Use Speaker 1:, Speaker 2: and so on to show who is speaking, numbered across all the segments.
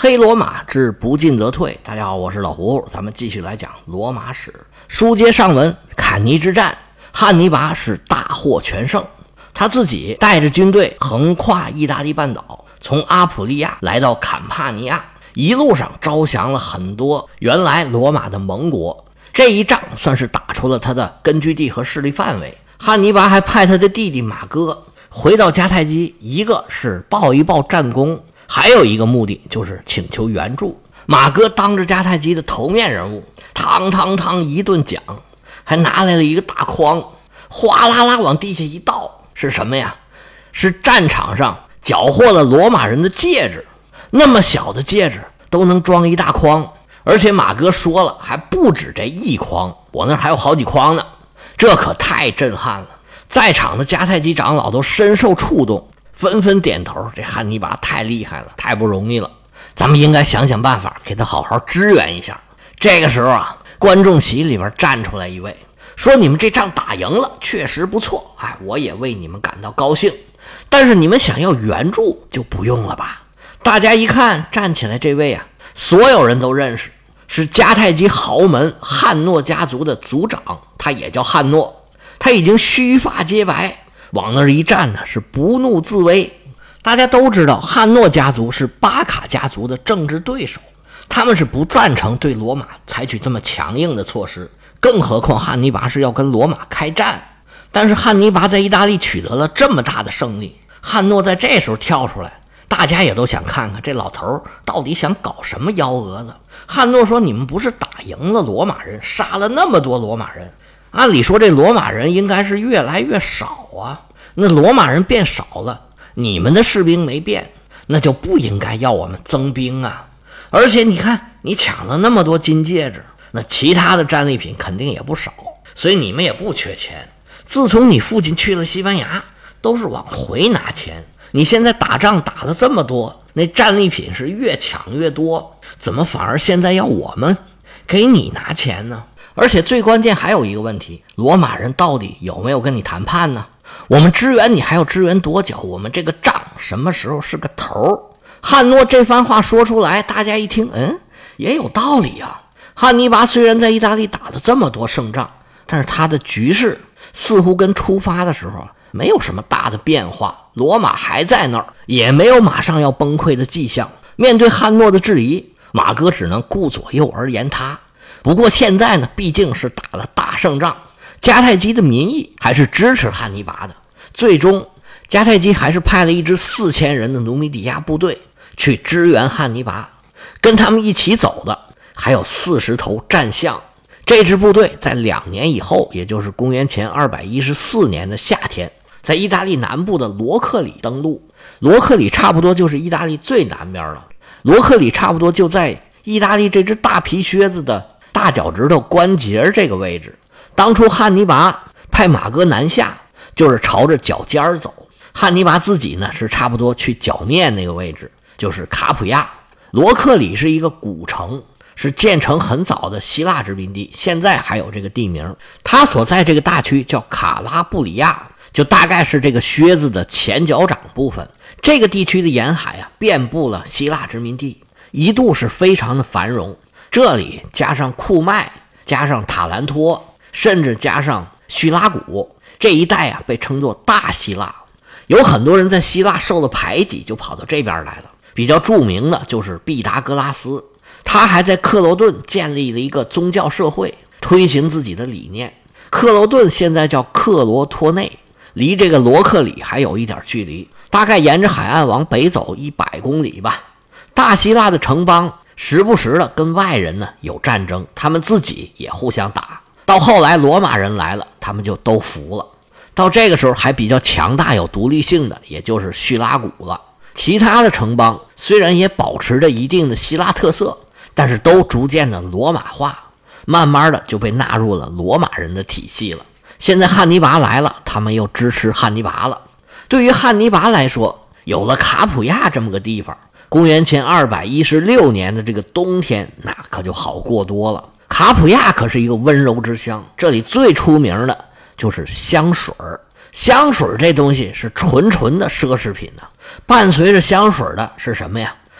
Speaker 1: 黑罗马之不进则退。大家好，我是老胡，咱们继续来讲罗马史。书接上文，坎尼之战，汉尼拔是大获全胜，他自己带着军队横跨意大利半岛，从阿普利亚来到坎帕尼亚，一路上招降了很多原来罗马的盟国。这一仗算是打出了他的根据地和势力范围。汉尼拔还派他的弟弟马哥回到迦太基，一个是报一报战功，还有一个目的就是请求援助。马哥当着迦太基的头面人物，汤一顿讲，还拿来了一个大筐，哗啦啦往地下一倒，是什么呀？是战场上缴获了罗马人的戒指，那么小的戒指都能装一大筐，而且马哥说了，还不止这一筐，我那还有好几筐呢，这可太震撼了。在场的迦太基长老都深受触动，纷纷点头，这汉尼拔太厉害了，太不容易了，咱们应该想想办法给他好好支援一下。这个时候啊，观众席里边站出来一位，说你们这仗打赢了，确实不错，我也为你们感到高兴，但是你们想要援助就不用了吧。大家一看站起来这位啊，所有人都认识，是迦太基豪门汉诺家族的族长，他也叫汉诺，他已经须发皆白，往那儿一站呢，是不怒自威。大家都知道汉诺家族是巴卡家族的政治对手，他们是不赞成对罗马采取这么强硬的措施，更何况汉尼拔是要跟罗马开战。但是汉尼拔在意大利取得了这么大的胜利，汉诺在这时候跳出来，大家也都想看看这老头到底想搞什么幺蛾子。汉诺说，你们不是打赢了罗马人，杀了那么多罗马人，按理说这罗马人应该是越来越少啊，那罗马人变少了，你们的士兵没变，那就不应该要我们增兵啊。而且你看，你抢了那么多金戒指，那其他的战利品肯定也不少，所以你们也不缺钱。自从你父亲去了西班牙，都是往回拿钱，你现在打仗打了这么多，那战利品是越抢越多，怎么反而现在要我们给你拿钱呢？而且最关键还有一个问题，罗马人到底有没有跟你谈判呢？我们支援你还要支援多久？我们这个仗什么时候是个头？汉诺这番话说出来，大家一听，也有道理啊。汉尼拔虽然在意大利打了这么多胜仗，但是他的局势似乎跟出发的时候没有什么大的变化，罗马还在那儿，也没有马上要崩溃的迹象。面对汉诺的质疑，马哥只能顾左右而言他。不过现在呢，毕竟是打了大胜仗，迦太基的民意还是支持汉尼拔的。最终迦太基还是派了一支4000人的努米底亚部队去支援汉尼拔，跟他们一起走的还有40头战象。这支部队在2年以后，也就是公元前214年的夏天，在意大利南部的罗克里登陆。罗克里差不多就是意大利最南边了，罗克里差不多就在意大利这只大皮靴子的大脚趾头关节这个位置。当初汉尼拔派马哥南下，就是朝着脚尖走，汉尼拔自己呢是差不多去脚面那个位置，就是卡普亚。罗克里是一个古城，是建成很早的希腊殖民地，现在还有这个地名。他所在这个大区叫卡拉布里亚，就大概是这个靴子的前脚掌部分。这个地区的沿海啊，遍布了希腊殖民地，一度是非常的繁荣。这里加上库麦，加上塔兰托，甚至加上叙拉古，这一带啊被称作大希腊。有很多人在希腊受了排挤，就跑到这边来了。比较著名的就是毕达哥拉斯，他还在克罗顿建立了一个宗教社会，推行自己的理念。克罗顿现在叫克罗托内，离这个罗克里还有一点距离，大概沿着海岸往北走100公里吧。大希腊的城邦时不时的跟外人呢有战争，他们自己也互相打。到后来罗马人来了，他们就都服了。到这个时候还比较强大有独立性的，也就是叙拉古了。其他的城邦虽然也保持着一定的希腊特色，但是都逐渐的罗马化，慢慢的就被纳入了罗马人的体系了。现在汉尼拔来了，他们又支持汉尼拔了。对于汉尼拔来说，有了卡普亚这么个地方，公元前216年的这个冬天，那可就好过多了。卡普亚可是一个温柔之乡，这里最出名的就是香水。香水这东西是纯的奢侈品呢，伴随着香水的是什么呀？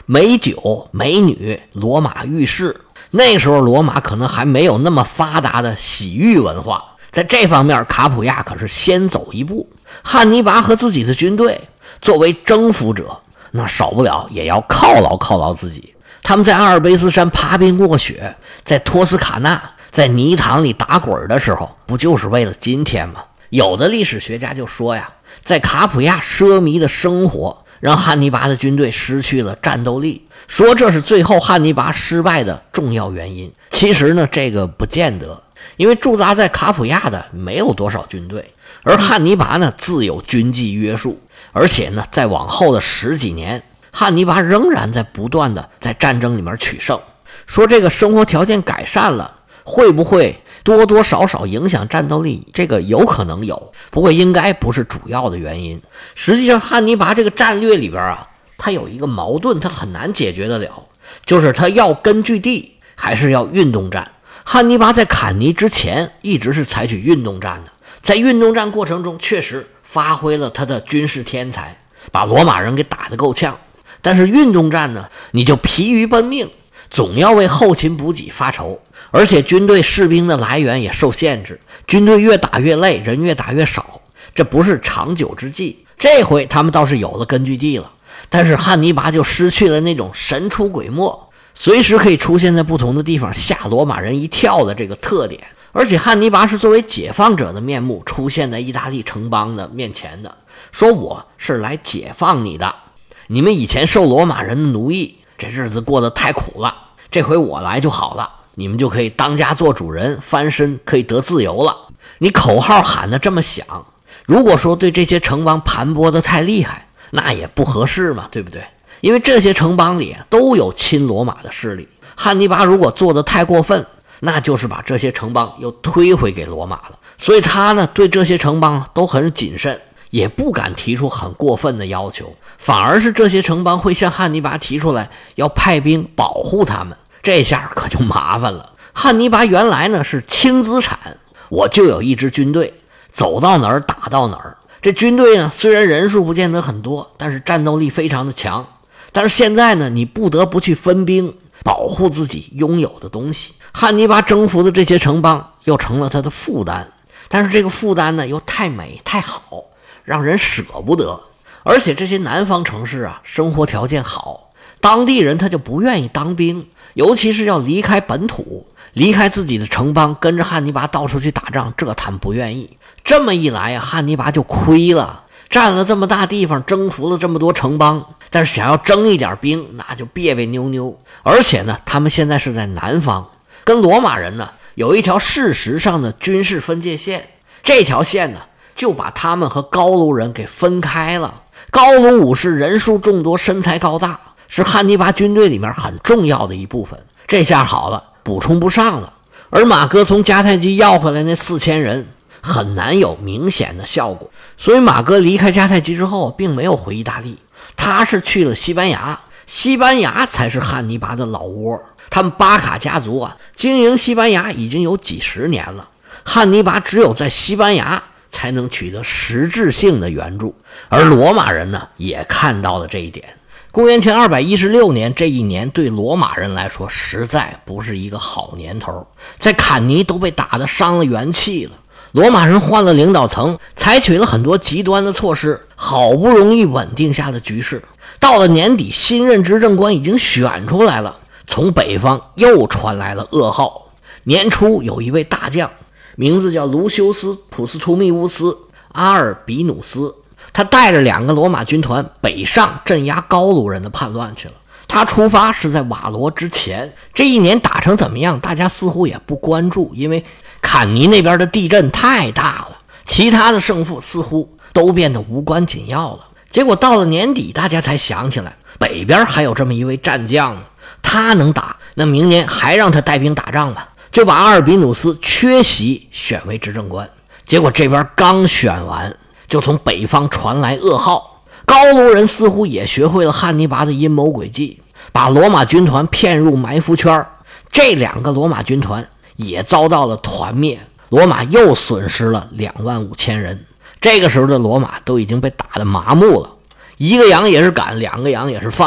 Speaker 1: 美酒美女，罗马浴室。那时候罗马可能还没有那么发达的洗浴文化，在这方面卡普亚可是先走一步。汉尼拔和自己的军队作为征服者，那少不了也要犒劳自己。他们在阿尔卑斯山爬冰过雪，在托斯卡纳在泥塘里打滚的时候，不就是为了今天吗？有的历史学家就说呀，在卡普亚奢靡的生活让汉尼拔的军队失去了战斗力，说这是最后汉尼拔失败的重要原因。其实呢，这个不见得，因为驻扎在卡普亚的没有多少军队，而汉尼拔呢自有军纪约束，而且呢，在往后的10几年，汉尼拔仍然在不断的在战争里面取胜。说这个生活条件改善了，会不会多多少少影响战斗力？这个有可能有，不过应该不是主要的原因。实际上汉尼拔这个战略里边啊，他有一个矛盾，他很难解决得了，就是他要根据地还是要运动战。汉尼拔在坎尼之前一直是采取运动战的，在运动战过程中确实发挥了他的军事天才，把罗马人给打得够呛。但是运动战呢，你就疲于奔命，总要为后勤补给发愁，而且军队士兵的来源也受限制，军队越打越累，人越打越少，这不是长久之计。这回他们倒是有了根据地了，但是汉尼拔就失去了那种神出鬼没，随时可以出现在不同的地方吓罗马人一跳的这个特点。而且汉尼拔是作为解放者的面目出现在意大利城邦的面前的，说我是来解放你的，你们以前受罗马人的奴役，这日子过得太苦了，这回我来就好了，你们就可以当家做主人，翻身可以得自由了。你口号喊得这么响，如果说对这些城邦盘剥得太厉害，那也不合适嘛，对不对？因为这些城邦里都有亲罗马的势力，汉尼拔如果做得太过分，那就是把这些城邦又推回给罗马了。所以他呢，对这些城邦都很谨慎，也不敢提出很过分的要求，反而是这些城邦会向汉尼拔提出来要派兵保护他们，这下可就麻烦了。汉尼拔原来呢是轻资产，我就有一支军队，走到哪儿打到哪儿。这军队呢虽然人数不见得很多，但是战斗力非常的强。但是现在呢，你不得不去分兵保护自己拥有的东西。汉尼拔征服的这些城邦又成了他的负担，但是这个负担呢又太美太好，让人舍不得。而且这些南方城市啊，生活条件好，当地人他就不愿意当兵，尤其是要离开本土，离开自己的城邦，跟着汉尼拔到处去打仗，这他们不愿意。这么一来啊，汉尼拔就亏了，占了这么大地方，征服了这么多城邦，但是想要征一点兵，那就别别扭扭。而且呢，他们现在是在南方，跟罗马人呢有一条事实上的军事分界线，这条线呢就把他们和高卢人给分开了。高卢武士人数众多，身材高大，是汉尼拔军队里面很重要的一部分。这下好了，补充不上了。而马哥从迦太基要回来那4000人很难有明显的效果，所以马哥离开迦太基之后并没有回意大利，他是去了西班牙。西班牙才是汉尼拔的老窝，他们巴卡家族啊经营西班牙已经有几十年了，汉尼拔只有在西班牙才能取得实质性的援助，而罗马人呢也看到了这一点。公元前216年，这一年对罗马人来说实在不是一个好年头，在坎尼都被打得伤了元气了，罗马人换了领导层，采取了很多极端的措施，好不容易稳定下了局势。到了年底，新任执政官已经选出来了，从北方又传来了噩耗。年初有一位大将，名字叫卢修斯·普斯图密乌斯·阿尔比努斯，他带着2个罗马军团北上镇压高卢人的叛乱去了。他出发是在瓦罗之前，这一年打成怎么样，大家似乎也不关注，因为坎尼那边的地震太大了，其他的胜负似乎都变得无关紧要了。结果到了年底，大家才想起来北边还有这么一位战将呢，他能打，那明年还让他带兵打仗吧，就把阿尔比努斯缺席选为执政官。结果这边刚选完，就从北方传来噩耗，高卢人似乎也学会了汉尼拔的阴谋诡计，把罗马军团骗入埋伏圈，这2个罗马军团也遭到了团灭，罗马又损失了25000人。这个时候的罗马都已经被打得麻木了，一个羊也是赶，2个羊也是放，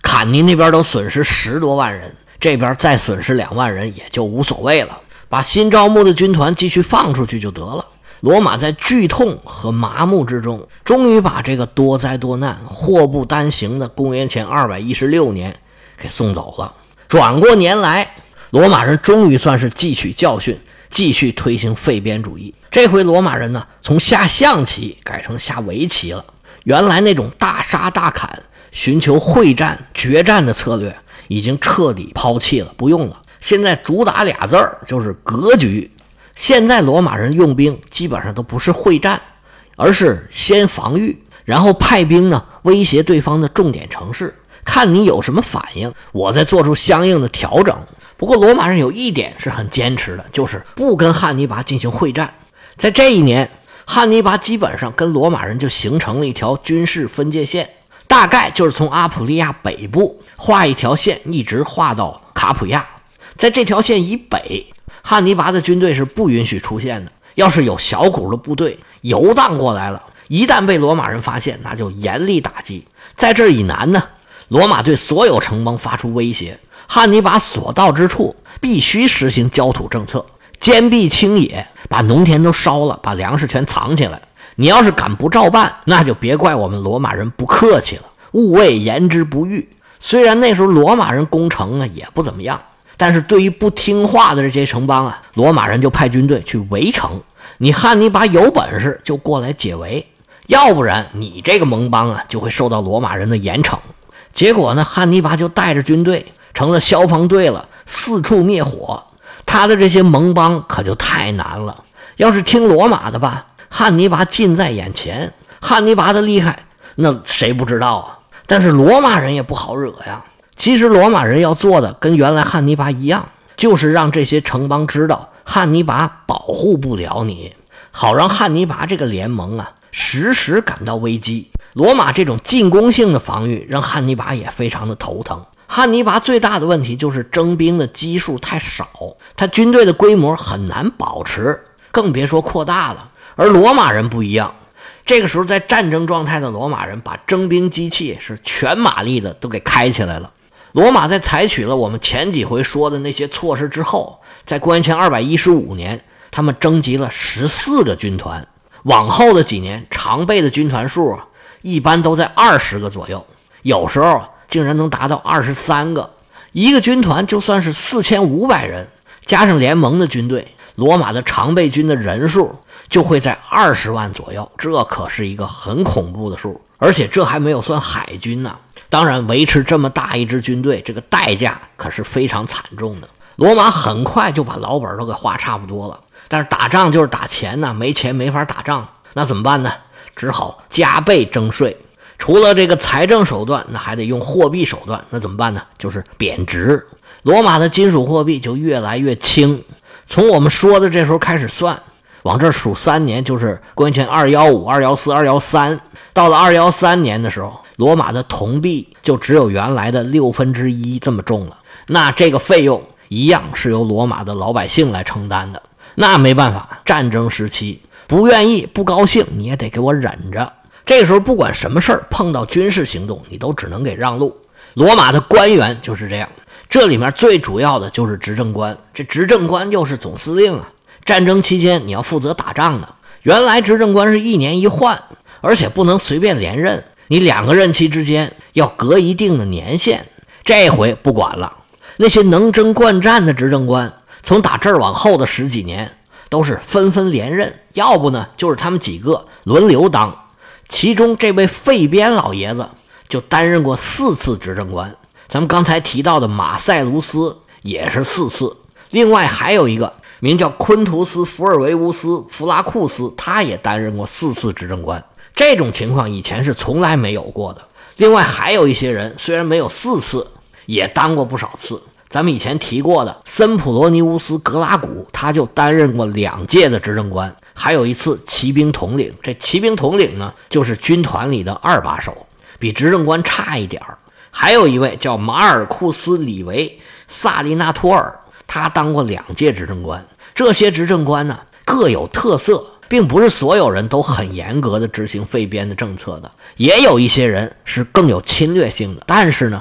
Speaker 1: 坎尼那边都损失10多万人，这边再损失2万人也就无所谓了，把新招募的军团继续放出去就得了。罗马在剧痛和麻木之中，终于把这个多灾多难、祸不单行的公元前216年给送走了。转过年来，罗马人终于算是汲取教训，继续推行废边主义。这回罗马人呢，从下象棋改成下围棋了。原来那种大杀大砍、寻求会战、决战的策略已经彻底抛弃了，不用了。现在主打俩字儿，就是格局。现在罗马人用兵基本上都不是会战，而是先防御，然后派兵呢威胁对方的重点城市，看你有什么反应，我再做出相应的调整。不过罗马人有一点是很坚持的，就是不跟汉尼拔进行会战。在这一年，汉尼拔基本上跟罗马人就形成了一条军事分界线，大概就是从阿普利亚北部画一条线，一直画到卡普亚。在这条线以北，汉尼拔的军队是不允许出现的。要是有小股的部队游荡过来了，一旦被罗马人发现，那就严厉打击。在这以南呢，罗马对所有城邦发出威胁，汉尼拔所到之处必须实行焦土政策，坚壁清野，把农田都烧了，把粮食全藏起来。你要是敢不照办，那就别怪我们罗马人不客气了，勿谓言之不预。虽然那时候罗马人攻城啊也不怎么样，但是对于不听话的这些城邦啊，罗马人就派军队去围城。你汉尼拔有本事就过来解围，要不然你这个盟邦啊就会受到罗马人的严惩。结果呢，汉尼拔就带着军队成了消防队了，四处灭火。他的这些盟邦可就太难了，要是听罗马的吧，汉尼拔近在眼前，汉尼拔的厉害那谁不知道啊？但是罗马人也不好惹呀。其实罗马人要做的跟原来汉尼拔一样，就是让这些城邦知道汉尼拔保护不了你，好让汉尼拔这个联盟啊时时感到危机。罗马这种进攻性的防御让汉尼拔也非常的头疼。汉尼拔最大的问题就是征兵的基数太少，他军队的规模很难保持，更别说扩大了。而罗马人不一样，这个时候在战争状态的罗马人把征兵机器是全马力的都给开起来了。罗马在采取了我们前几回说的那些措施之后，在公元前215年，他们征集了14个军团。往后的几年，常备的军团数啊，一般都在20个左右，有时候竟然能达到23个。一个军团就算是4500人，加上联盟的军队，罗马的常备军的人数就会在20万左右，这可是一个很恐怖的数。而且这还没有算海军呢。当然，维持这么大一支军队，这个代价可是非常惨重的。罗马很快就把老本都给花差不多了，但是打仗就是打钱呢，没钱没法打仗，那怎么办呢？只好加倍征税。除了这个财政手段，那还得用货币手段，那怎么办呢？就是贬值。罗马的金属货币就越来越轻。从我们说的这时候开始算，往这数3年，就是公元前215、214、213。到了213年的时候，罗马的铜币就只有原来的1/6这么重了。那这个费用一样是由罗马的老百姓来承担的。那没办法，战争时期不愿意不高兴你也得给我忍着。这个时候不管什么事儿，碰到军事行动你都只能给让路。罗马的官员就是这样，这里面最主要的就是执政官。这执政官又是总司令啊，战争期间你要负责打仗的。原来执政官是1年1换，而且不能随便连任，你2个任期之间要隔一定的年限。这回不管了，那些能征惯战的执政官，从打这儿往后的10几年都是纷纷连任，要不呢就是他们几个轮流当。其中这位费边老爷子就担任过4次执政官，咱们刚才提到的马塞卢斯也是4次，另外还有一个名叫昆图斯·福尔维乌斯·弗拉库斯，他也担任过4次执政官。这种情况以前是从来没有过的。另外还有一些人虽然没有4次，也当过不少次。咱们以前提过的森普罗尼乌斯·格拉古，他就担任过2届的执政官，还有一次骑兵统领。这骑兵统领呢，就是军团里的2把手，比执政官差一点儿。还有一位叫马尔库斯·里维·萨利纳托尔，他当过2届执政官。这些执政官呢各有特色，并不是所有人都很严格的执行废边的政策的，也有一些人是更有侵略性的。但是呢，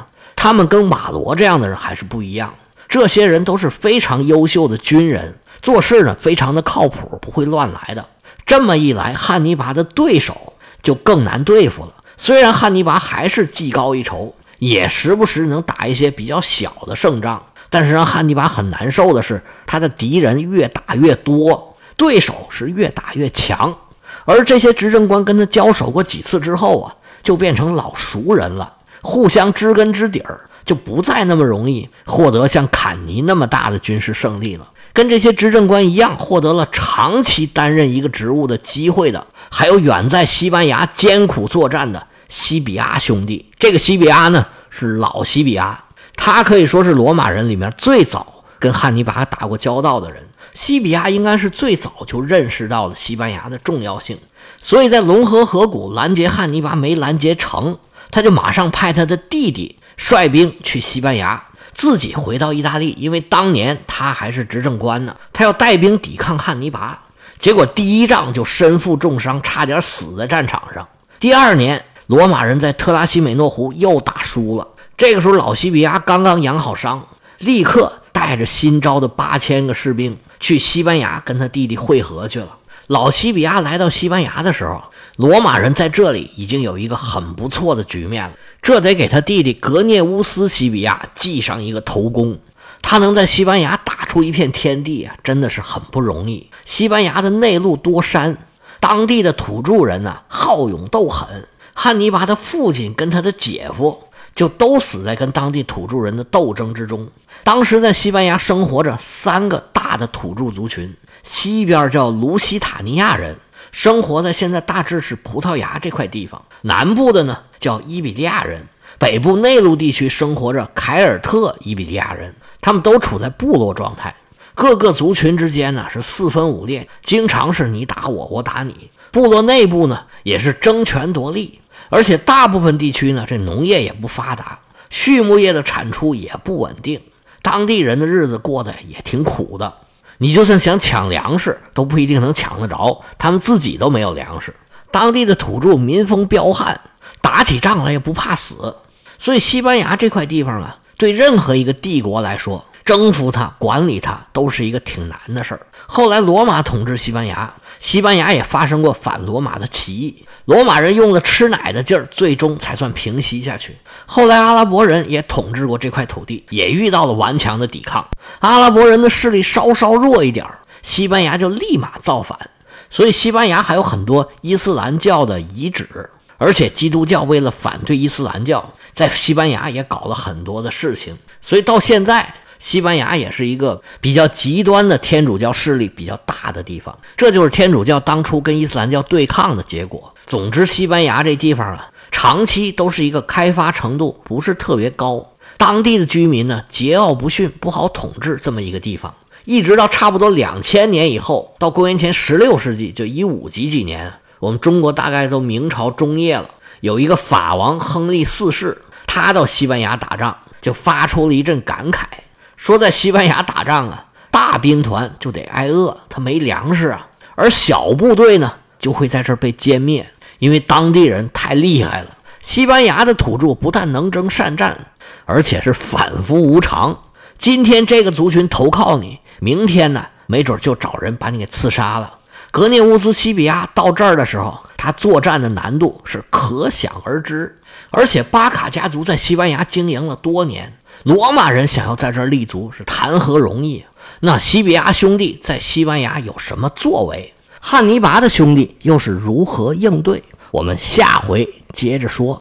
Speaker 1: 他们跟瓦罗这样的人还是不一样，这些人都是非常优秀的军人，做事呢非常的靠谱，不会乱来的。这么一来，汉尼拔的对手就更难对付了。虽然汉尼拔还是技高一筹，也时不时能打一些比较小的胜仗，但是让汉尼拔很难受的是，他的敌人越打越多，对手是越打越强。而这些执政官跟他交手过几次之后啊，就变成老熟人了，互相知根知底儿，就不再那么容易获得像坎尼那么大的军事胜利了。跟这些执政官一样，获得了长期担任一个职务的机会的，还有远在西班牙艰苦作战的西比亚兄弟。这个西比亚呢，是老西比亚，他可以说是罗马人里面最早跟汉尼拔打过交道的人。西比亚应该是最早就认识到了西班牙的重要性，所以在隆河河谷拦截汉尼拔没拦截成，他就马上派他的弟弟率兵去西班牙，自己回到意大利，因为当年他还是执政官呢，他要带兵抵抗汉尼拔。结果第一仗就身负重伤，差点死在战场上。第二年，罗马人在特拉西美诺湖又打输了。这个时候，老西比亚刚刚养好伤，立刻带着新招的8000个士兵去西班牙跟他弟弟会合去了。老西比亚来到西班牙的时候，罗马人在这里已经有一个很不错的局面了，这得给他弟弟格涅乌斯西比亚记上一个头功。他能在西班牙打出一片天地啊，真的是很不容易。西班牙的内陆多山，当地的土著人呢，好勇斗狠。汉尼拔的父亲跟他的姐夫就都死在跟当地土著人的斗争之中。当时在西班牙生活着3个大的土著族群，西边叫卢西塔尼亚人，生活在现在大致是葡萄牙这块地方；南部的呢叫伊比利亚人，北部内陆地区生活着凯尔特伊比利亚人，他们都处在部落状态。各个族群之间呢是4分5裂，经常是你打我，我打你。部落内部呢也是争权夺利，而且大部分地区呢这农业也不发达，畜牧业的产出也不稳定，当地人的日子过得也挺苦的。你就算想抢粮食都不一定能抢得着，他们自己都没有粮食。当地的土著民风彪悍，打起仗来也不怕死。所以西班牙这块地方啊，对任何一个帝国来说，征服它管理它都是一个挺难的事儿。后来罗马统治西班牙，西班牙也发生过反罗马的起义，罗马人用了吃奶的劲儿，最终才算平息下去。后来阿拉伯人也统治过这块土地，也遇到了顽强的抵抗。阿拉伯人的势力稍稍弱一点，西班牙就立马造反。所以西班牙还有很多伊斯兰教的遗址，而且基督教为了反对伊斯兰教，在西班牙也搞了很多的事情。所以到现在西班牙也是一个比较极端的天主教势力比较大的地方，这就是天主教当初跟伊斯兰教对抗的结果。总之西班牙这地方啊，长期都是一个开发程度不是特别高，当地的居民呢桀骜不驯，不好统治这么一个地方。一直到差不多2000年以后，到公元前16世纪，就15几年，我们中国大概都明朝中叶了，有一个法王亨利4世，他到西班牙打仗，就发出了一阵感慨，说在西班牙打仗啊，大兵团就得挨饿，他没粮食啊，而小部队呢就会在这儿被歼灭，因为当地人太厉害了。西班牙的土著不但能征善战，而且是反复无常。今天这个族群投靠你，明天呢没准就找人把你给刺杀了。格涅乌斯西比亚到这儿的时候，他作战的难度是可想而知。而且巴卡家族在西班牙经营了多年，罗马人想要在这儿立足是谈何容易。那西比亚兄弟在西班牙有什么作为？汉尼拔的兄弟又是如何应对？我们下回接着说。